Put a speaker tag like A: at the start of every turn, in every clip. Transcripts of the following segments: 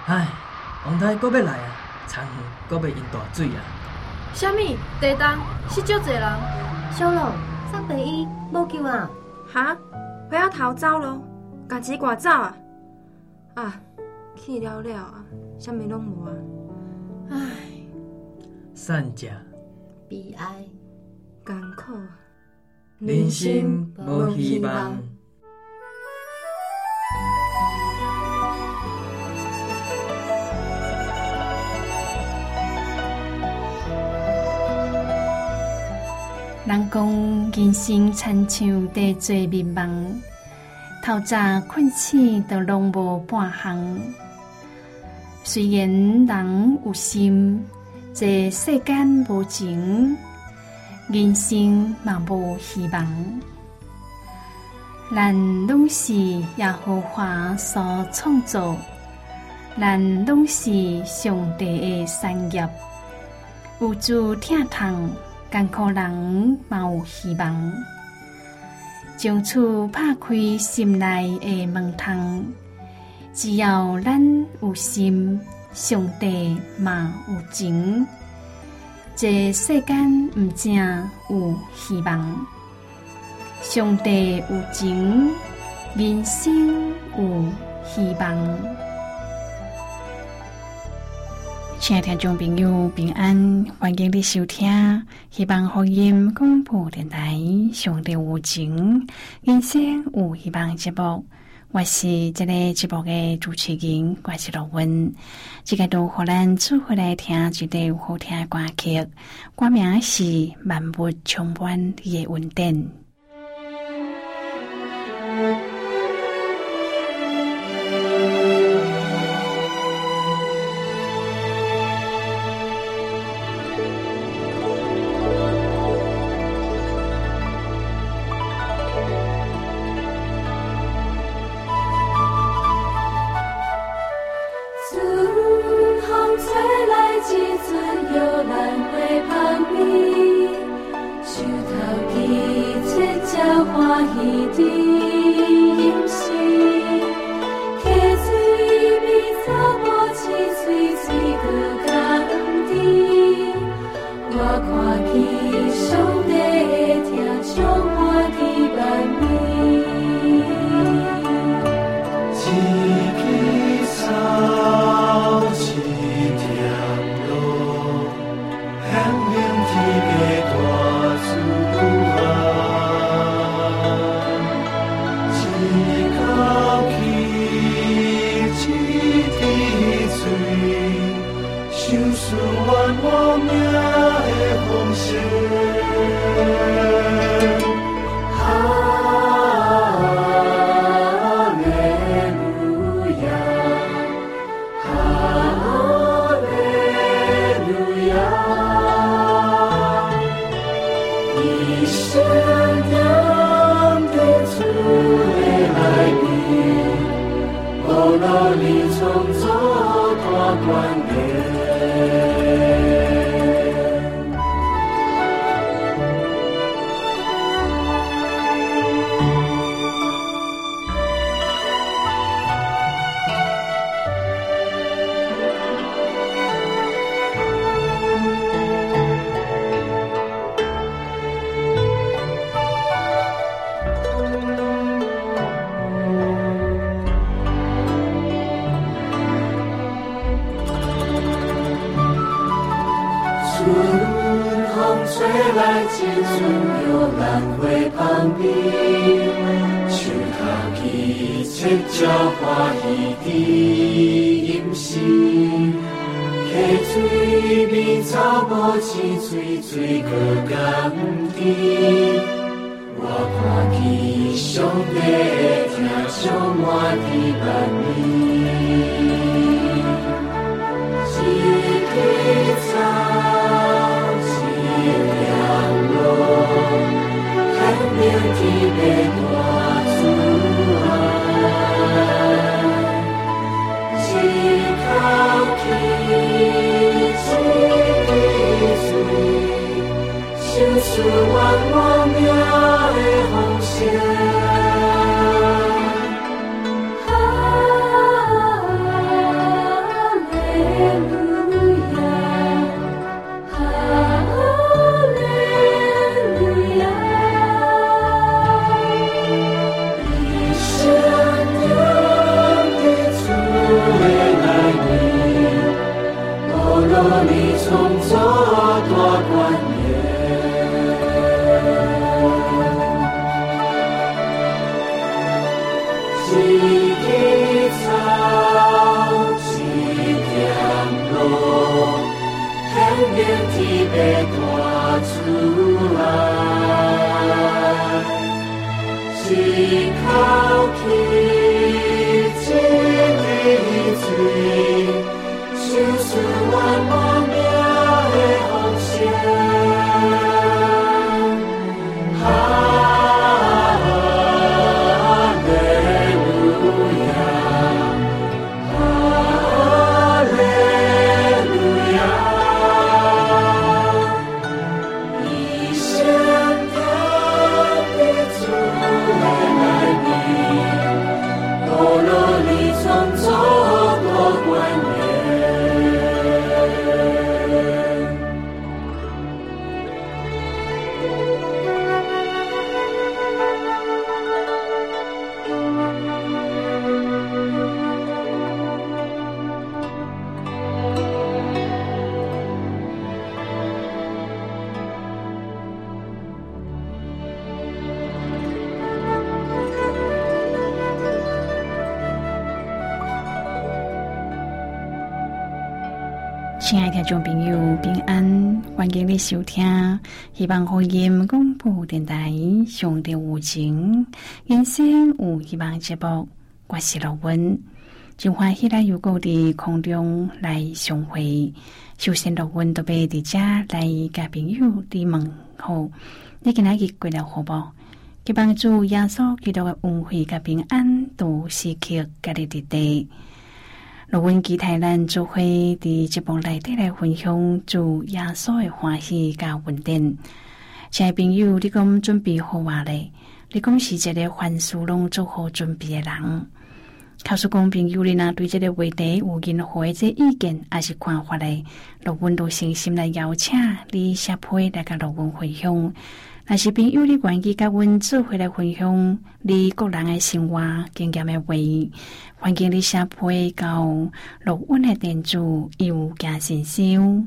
A: 唉，王太阁要来啊，田园阁要淹大水啊！
B: 啥物？地震死足侪人。
C: 小龙，上第一无救啊！
D: 哈，回头逃走咯，家己赶走啊！啊，去了了啊，啥物拢无啊！唉，
A: 善者
C: 悲哀，
D: 艰苦，
A: 人生无希望。
E: 人讲人生亲像地做迷茫，透早困醒都拢无半项。虽然人有心，这世间无情，人生嘛无希望。咱拢是耶和华所创造，咱拢是上帝的产业，有主疼痛。艰苦人嘛有希望，将厝拍开心内的门窗。只要咱有心，上帝嘛有情。这世间不正有希望，上帝有情，人生有希望。亲爱的听众朋友，平安，欢迎你收听希望福音广播电台上帝有情人生有希望节目。我是这个节目的主持人，我是罗文。这个都互咱做回来听一首好听的歌曲，歌名是《万物充满你的恩典》。 亲爱的听众朋友，平安，欢迎你收听希望福音广播电台上帝有情人生有希望节目，我是乐文，真欢喜来又过伫空中来相会。首先乐文都被伫遮来甲朋友伫问候，你今仔日过了好无？希望主耶稣基督的恩惠甲平安都时刻家己伫地。乐文期待咱做伙伫节目内底来分享主耶稣的欢喜甲恩典。亲爱朋友，你讲准备好话咧？你讲是一个凡事拢做好准备的人。告诉讲朋友，你若对这个话题有任何的这意见还是看法咧，乐文都诚心来邀请你写批来甲乐文分享。若是朋友，你愿意甲阮做伙来分享你个人的生活经验的话，欢迎你写批到乐文的电子邮件信箱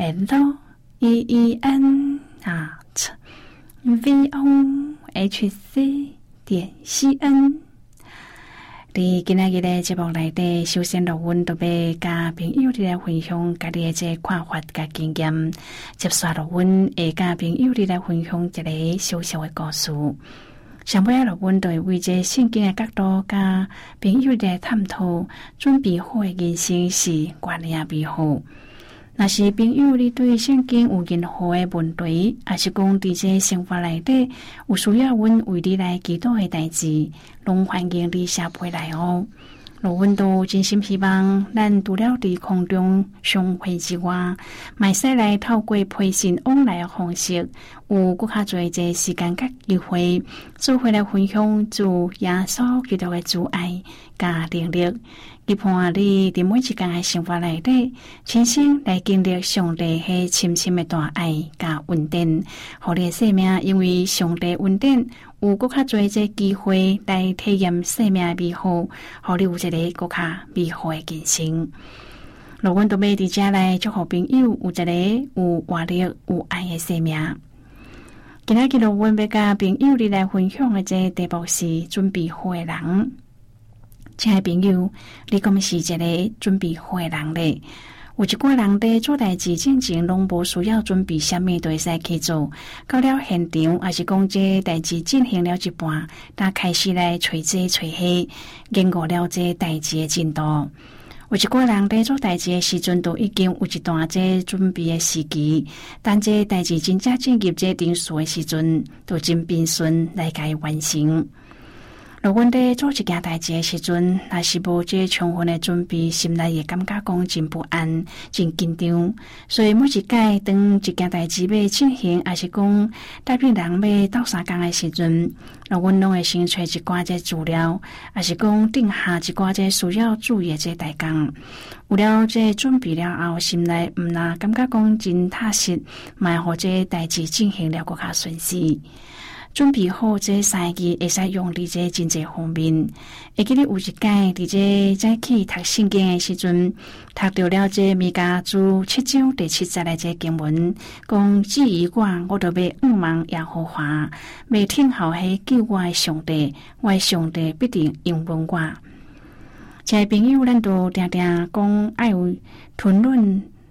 E: LEN@vohc.cn。伫今仔日的节目内底，首先乐文都要甲朋友哋来分享家己的这看法甲经验。接下乐文会甲朋友哋来分享一个小小的故事。上尾啊，乐文都会为这圣经的角度甲朋友哋来探讨，准备好的人生是关键美好。若是朋友你对圣经有任何的问题，还是讲伫这生活内底有需要阮为你来祈祷的代志，拢欢迎你写批来哦。乐文都真心希望咱除了伫空中相会之外，嘛使来透过批信往来的方式，有更较侪这时间甲机会，做伙来分享主耶稣基督的主爱甲能力。期盼你伫每一天的生活内底，亲身来经历上帝迄深深的大爱甲恩典，互你的生命因为上帝恩典有更较侪这机会来体验生命的美好，互你有一个更较美好的人生。乐文都要伫遮来祝福朋友有一个有活力有爱的生命。今仔日乐文要甲朋友你来分享的这题目是准备好的人。亲爱朋友，你讲是一个准备好的人咧？有一寡人在做代志之前，拢无需要准备啥物，就会使去做。到了现场，还是讲这代志进行了一半，才开始来找这找迄，研究了这代志的进度。有一寡人在做代志的时阵，都已经有一段这准备的时期，但这代志真正进入这定数的时阵，都真平顺来甲伊完成。乐文在做一件代志的时阵，若是无这充分的准备，心内会感觉讲真不安、真紧张。所以每一届当一件代志要进行，还是讲代表人要斗相共的时阵，乐文拢会先找一寡这资料，还是讲定下一寡这需要注意的这代工。有了这准备了后，心内毋那感觉讲真踏实，嘛互这代志进行了更较顺遂。准备好这三个会使用伫这真济方面。会记得有一届伫这早起读圣经的时阵，读到了这弥迦书7章第7节的这经文，讲至于我就要仰望耶和华，要听候迄救我的上帝，我的上帝必定应允我。亲爱朋友，咱都常常讲爱有吞论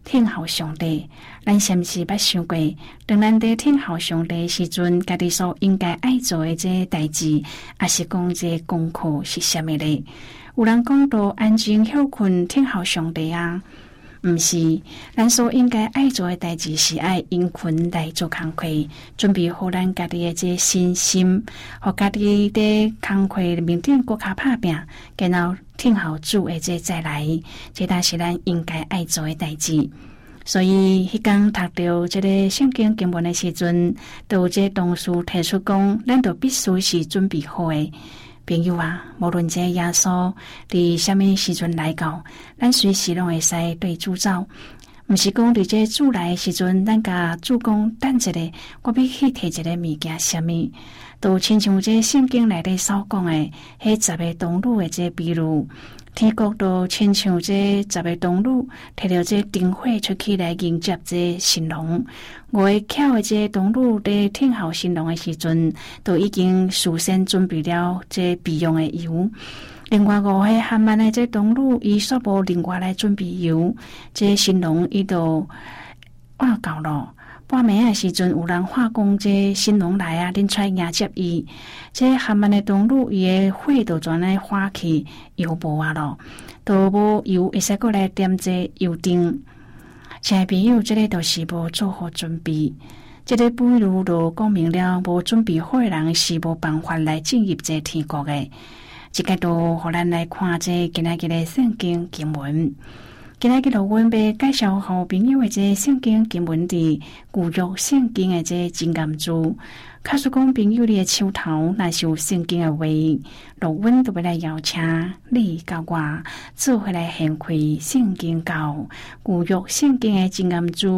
E: 听候上帝，咱是毋是捌想过，当咱伫听候上帝时阵，家己所应该爱做的这代志，也是讲这功课是啥物呢？有人讲到安静休困听候上帝啊，毋是，咱所应该爱做的代志是爱因困来做工课，准备好咱家己的这信心，互家己伫工课面顶搁较拍拼，然后听候主的这再来，这才是咱应该爱做的代志。所以迄天读到这个圣经经文的时阵，都有这同事提出讲，咱都必须是准备好的。朋友啊，无论这耶稣伫什么时阵来到，咱随时拢会使对主走。毋是讲伫这主来的时阵，咱甲主讲等一下，我要去摕一个物件，什么都亲像这圣经内底所讲的，迄10个童女的这比喻。天国都亲像这10个童女摕着这灯火出去来迎接这新郎，5个巧的这童女在听候新郎的时阵，都已经事先准备了这备用的油。另外5个含慢的这童女，伊煞无另外来准备油，这新郎伊就晚到了。半暝的时阵，有人话讲这新郎来啊，恁出来迎接伊。这含慢的童女，伊的火就全来化去，油无啊咯，都无油会使过来点这油灯。亲爱朋友，这个都是无做好准备。这个比喻就讲明了，无准备好的人是无办法来进入这天国的。这个都互咱来看这今仔日的圣经经文。今仔日就阮要介绍互朋友的这圣经经文伫旧约圣经的这真言字。假使讲朋友你的手头若是有圣经的话，就阮都要来邀请你甲我做伙来献开圣经到旧约圣经的真言字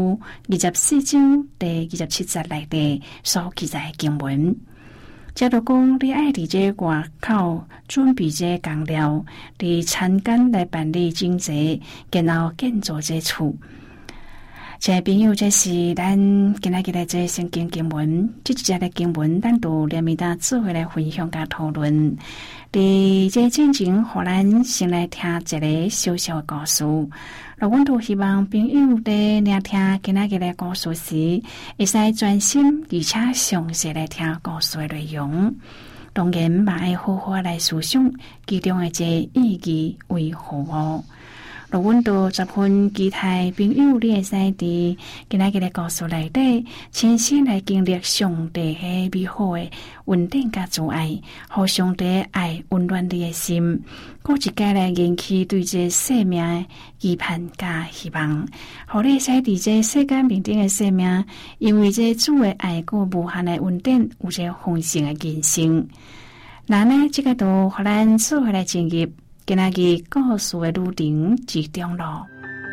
E: 24章第27节内底所记载的经文。假如讲你爱伫这外口准备这工料，伫参间来办理经济，然后建造这厝。亲爱朋友，这是咱今仔日的这圣经经文，这一节的经文，咱都连面搭做伙来分享甲讨论。伫这进前，互咱先来听一个小小的故事。那阮都希望朋友伫聆听今仔日的故事时，会使专心而且详细来听故事的内容。当然，嘛爱好好来思想其中的这意义为何哦。那阮都十分期待朋友你会使伫今仔日的故事内底，亲身来经历上帝迄美好的稳定甲阻碍，互上帝爱温暖你的心，过一家来引起对这生命的期盼甲希望，互你使伫这世间面顶的生命，因为这主的爱过无限的稳定，有这丰盛的人生。那呢，这个都互咱做伙来进入今仔日故事的旅程之中咯。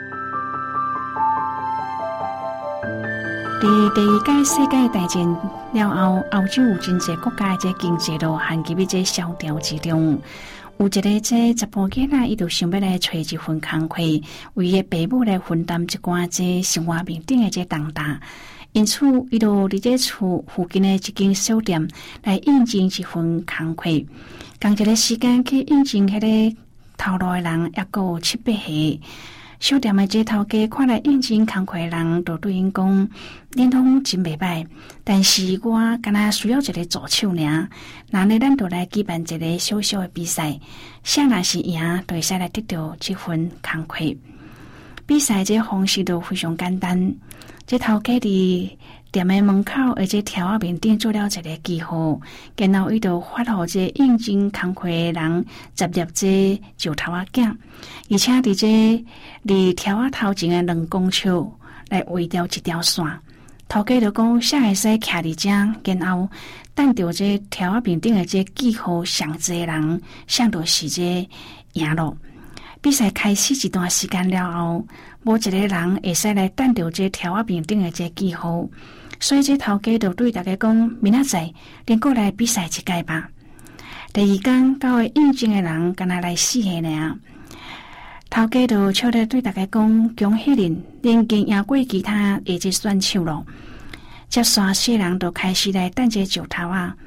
E: 伫第二届世界大战了后，欧洲有真侪国家这经济都陷入于这萧条之中。有一个这查甫囡仔，伊就想要来找一份工课，为伊爸母来分担一寡这生活面顶的这重担。因此，伊就伫这厝附近的一间小店来应征一份工课。同一个时间去应征迄个头路的人，也有7、8个。小店的这头家看来应征工课的人，就对因讲：“恁拢真袂歹，但是我敢若需要一个助手尔。那呢，咱就来举办一个小小的比赛，谁若是赢，就会使来得到这份工课。比赛这方式都非常简单。这头家伫店的门口，而且条仔面顶做了一个记号，然后伊就发互这应征工课的人集入这石头仔镜，而且伫这离条仔头前的2公尺来画掉一条线。头家就讲，谁会使徛伫这，然后等到这条仔面顶的这记号上侪人，谁就是这赢咯。比赛开始一段时间了后，无一个人会使来等到这条仔面顶的这记号。所以这头家就对大家讲，明仔载恁过来比赛一届吧。第二天到的应征的人敢若来4个尔。头家就笑咧对大家讲，恭喜恁，恁已经赢过其他的这选手咯。接续4人就开始来等这石头啊。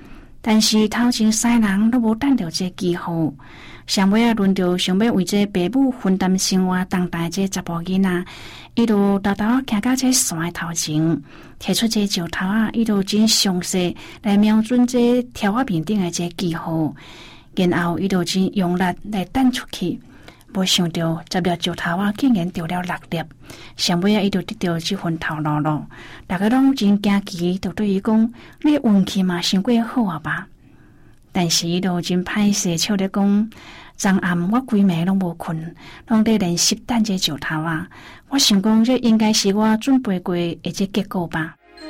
E: 但是头前三人都无等到这机会，上尾轮到想要为这爸母分担生活重担这查甫囡仔，伊就偷偷行到这山的头前，摕出这石头伊就真详细来瞄准这条面顶的这记号，然后伊就真用力来弹出去。无想到10粒石头竟然掉了6粒，上尾伊就得到这份头路咯。大家拢真惊奇，就对伊讲：“你运气嘛，伤过好啊吧？”但是伊就真歹势，笑咧讲：“昨暗我规暝拢无困，拢在练习弹这石头我想讲，这应该是我准备过的这结果吧。”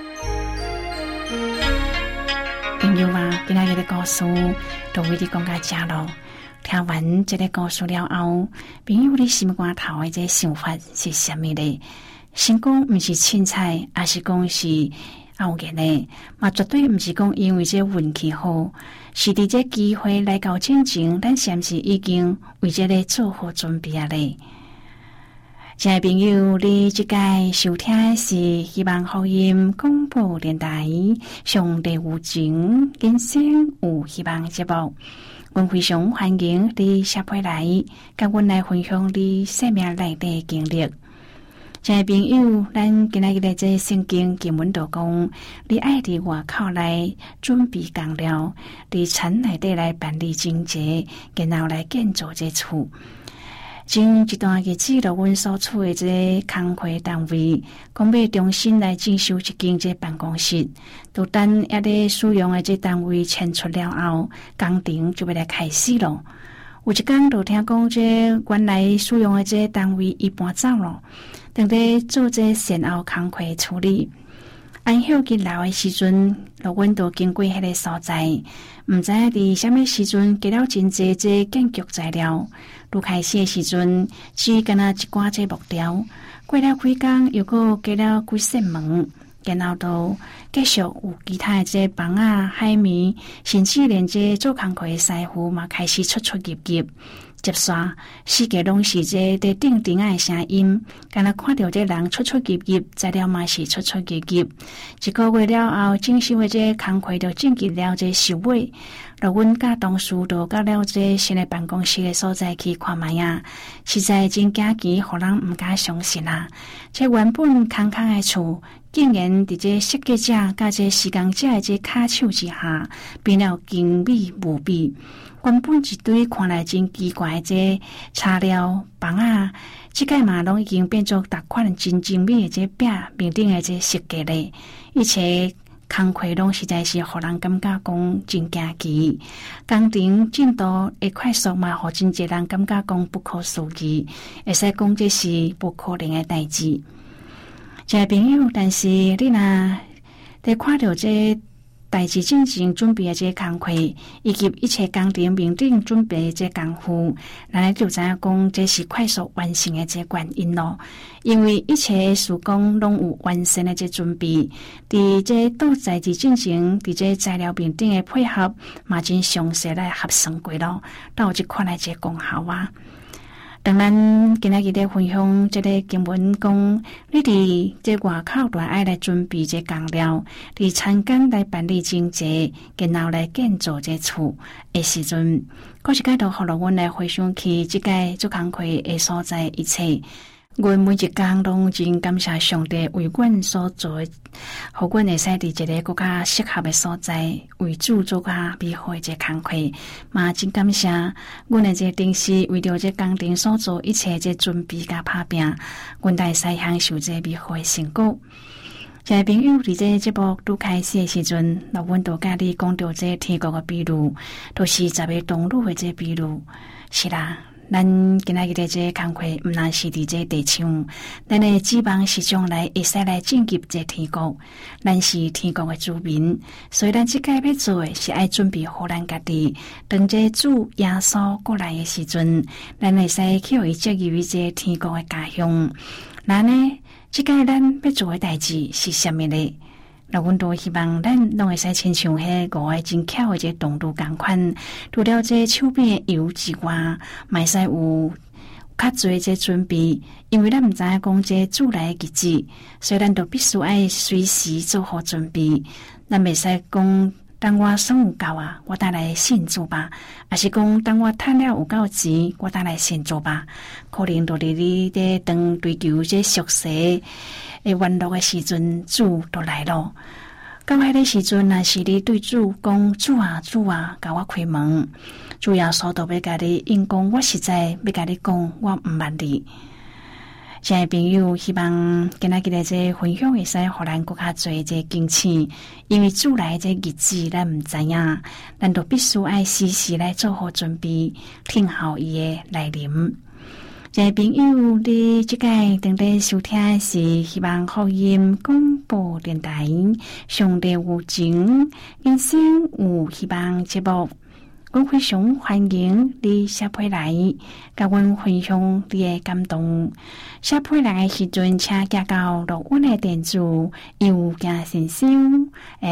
E: 朋友今仔日的故事就为你讲到这咯。听完这个故事了后，朋友你心肝头的这想法是什么呢？先讲不是凊彩，还是讲是偶然呢？嘛绝对不是讲因为这运气好，是伫这机会来到之前，咱是不是已经为这个做好准备啊嘞？亲爱朋友，你这届收听的是希望福音广播电台上帝有情人生有希望节目。阮非常欢迎你下回来，跟阮来分享你生命内的经历。亲爱朋友，咱今日的这圣经经文就讲，你爱伫外口来准备工了，伫田内底来办理经济，然后来建造这厝。前一段日子，就阮所处的这工课单位，讲要重新来整修一间这办公室。就等也咧使用的这单位迁出了后，工程就要来开始咯。有一天就听讲，这原来使用的这单位伊搬走咯，等在做这善后工课处理。安休日来的时阵，阮就经过迄个所在，毋知伫什么时阵加了真济这建筑材料。拄开始的时阵，只干那一寡这木条，过了几工又搁加了几扇门，然后就继续有其他的这房海绵，甚至连这做工课的师傅嘛开始出入入。接煞世界拢是这在顶顶的声音，敢若看到这人出入入，材料嘛是出入入。一个月了后，整修的这工课就进入了这收尾。就阮甲同事就到了这新的办公室的所在去看卖实在真惊奇，互人毋敢相信这原本空空的厝，竟然伫这设计者甲这施工者的这骹手之下，变了精美无比。原本一堆看来真奇怪的这材料房这个嘛拢已经变作大款真精美的这壁面顶的这设计咧，一切工课拢实在是互人感觉讲真惊奇，工程进度会快速嘛，互真侪人感觉讲不可思议，会使讲这是不可能的代志。这朋友，但是你若在看到这代志进行准备的这工课，以及一切工程面顶准备的这功夫，咱就知影讲这是快速完成的这原因咯。因为一切施工拢有完善的这准备，伫这倒在伫进行，伫这材料面顶的配合，嘛真详细来合算过咯，到这款来这功效当然，今仔日咧分享这个经文讲，你伫这外口就爱来准备这工料，伫田间来办理经济，然后来建造这厝的时阵，嗰一届就互了阮来回想起这届做工课的所在一切。阮每一工拢真感谢上帝为阮所做的，互阮会使伫一个更加适合的所在，为主做较美好的这工课。嘛真感谢阮的这同事为着这工程所做一切这准备甲打拼，阮才会使享受这美好的成果。亲爱朋友，伫这节目拄开始的时阵，阮就甲你讲到这天国的比喻，都是10个童女的这比喻，是啦。咱今仔日的这工课毋但是伫这地上，咱的指望是将来会使来进入这天国。咱是天国的主民，所以咱即届要做的是爱准备好咱家己，等这主耶稣过来的时阵，咱会使去互伊接入这天国的家乡。那呢，即届咱要做的代志是什么呢？那阮都希望咱拢会使亲像迄5个真巧的这动物同款，除了这手边的油之外，嘛会使有较侪这准备，因为咱毋知影讲这主来的日子，所以咱都必须爱随时做好准备。咱袂使讲当我生有够啊，我再来信主吧；还是讲当我赚了有够钱，我再来信主吧。可能就是你在当追求这俗世的玩乐的时阵，主都来了。到迄个时阵，若是你对主讲主啊主啊，甲我开门，主耶稣都要甲你应讲，我实在要甲你讲，我毋捌你。亲爱的朋友，希望今仔日的这分享会使互咱更较侪这惊喜，因为主来这日子咱毋知影，咱都必须爱时时来做好准备，听候伊的来临。亲爱的朋友，你即个等待收听是希望福音广播电台上帝有情人生有希望节目。阮非常欢迎你写批来，甲阮分享你的感动。写批来的时阵，请寄到录音的电子邮件信箱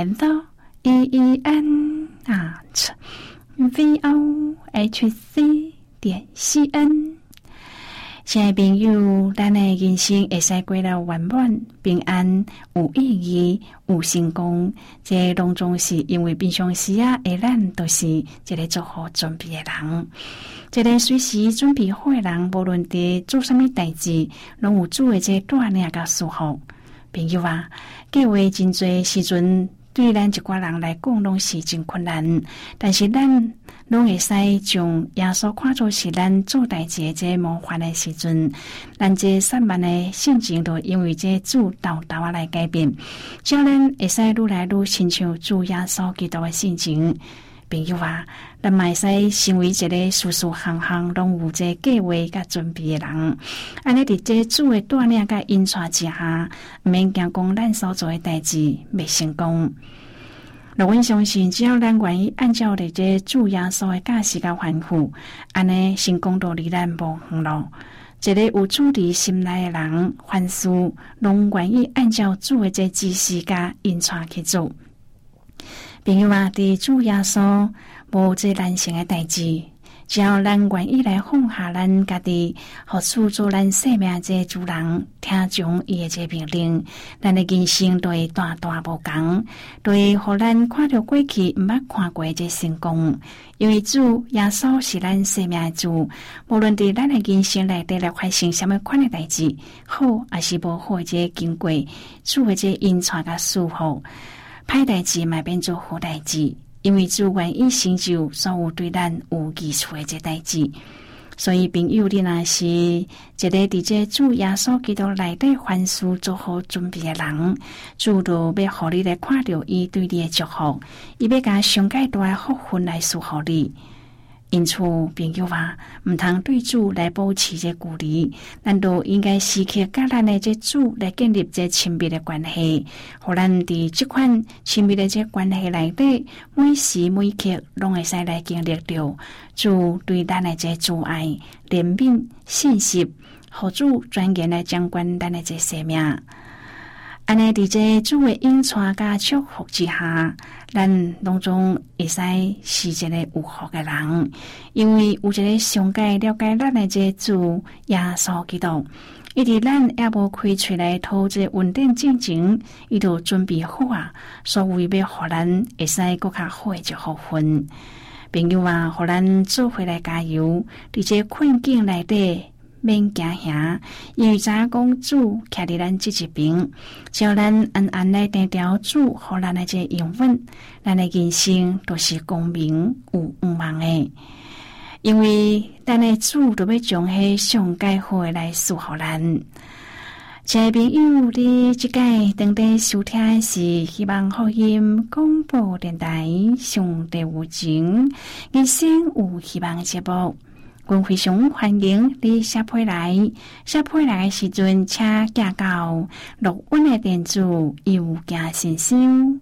E: LEEN@vohc.cn。亲爱的朋友，咱的人生会使过了圆满、平安、有意义、有成功，这拢总是因为平常时啊，咱都是一个做好准备的人，一个随时准备好的人，无论伫做什么代志，拢有主的这带领甲祝福。朋友啊，计划真侪时阵，对咱一寡人来讲，拢是真困难，但是咱拢会使将耶稣看作是咱做代志的这模范的时阵，咱这散漫的性情都因为这主道啊来改变，只要咱会使愈来愈亲像主耶稣基督的性情。朋友啊，咱嘛会使成为一个事事行行拢有这计划甲准备的人，安尼伫这主的带领甲引带之下，毋免惊讲咱所做的代志未成功。阮相信，只要咱愿意按照伫这主耶稣的教示甲吩咐，安尼成功都离咱无远咯。一个有主伫心内的人，凡事拢愿意按照主的这指示甲引带去做。朋友啊，伫主耶稣无这难成的代志，只要咱愿意来放下咱家己，互主做咱生命这主人，听从伊的这命令，咱的人生都会大大无同，都会互咱看到过去毋捌看过这成功。因为主耶稣是咱生命的主，无论伫咱的人生内底来发生什么款的代志，好还是无好的这经过，主的这引带甲祝福。歹代志嘛变做好代志，因为主愿意成就所有对咱有益处的这代志。所以朋友，你若是一个伫这主耶稣基督内底凡事做好准备的人，主就要互你来看到伊对你的祝福，伊要甲上界大的福分来赐互你。因此，朋友啊，毋通对主来保持这距离，咱都应该时刻甲咱的这主来建立这亲密的关系，互咱伫这款亲密的这关系内底，每时每刻拢会使来经历到主对咱的这主爱、怜悯、信息，互主专业来掌管咱的这生命。安尼伫这主的引带甲祝福之下，咱拢总会使是一个有福的人，因为有一个上界了解咱的这主耶稣基督，伊伫咱也无开出来讨这稳定进前，伊就准备好啊，所以要互咱会使更较好的一福分。朋友啊，互咱做伙来加油，伫这困境内底免惊吓，因为知影讲主徛伫咱这一边，只要咱安安来定调主，互咱的这应允，咱的人生都是光明有希望的。因为咱的主都要将迄上介好的来赐互咱。亲爱的朋友，你即届等待收听的是希望福音广播电台上帝有情人生有希望的节目。阮非常欢迎你写批来的时阵，请寄到录音的电子邮件信箱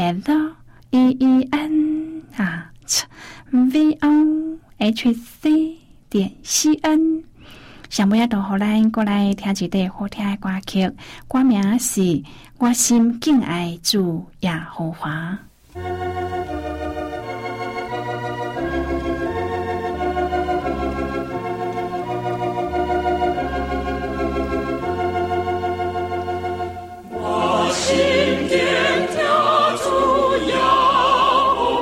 E: LEEN@vohc.cn。上尾都互咱过来听一段好听的歌曲，歌名是《我心敬爱主耶和华》。
F: 我心敬爱主耶和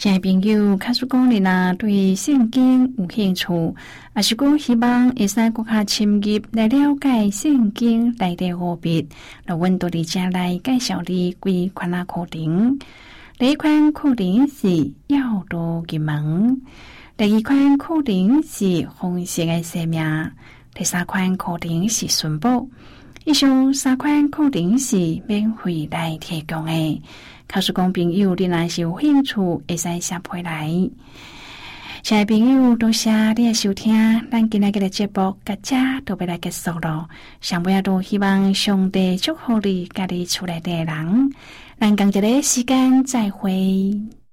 E: 亲爱朋友，假使讲你若对圣经有兴趣，也是讲希望会使更加深入来了解圣经内的奥秘，那阮都伫遮来介绍你几款课程。第一款课程是要道入门，第二款课程是丰盛的生命，第三款课程是顺报。以上三款课程是免费来提供的。假使讲朋友你若是有兴趣，会使写批来。亲爱朋友，多谢你的收听，咱今日的节目到这就要来结束了。上尾都希望上帝祝福你，甲你厝内的人。咱同一个时间再会。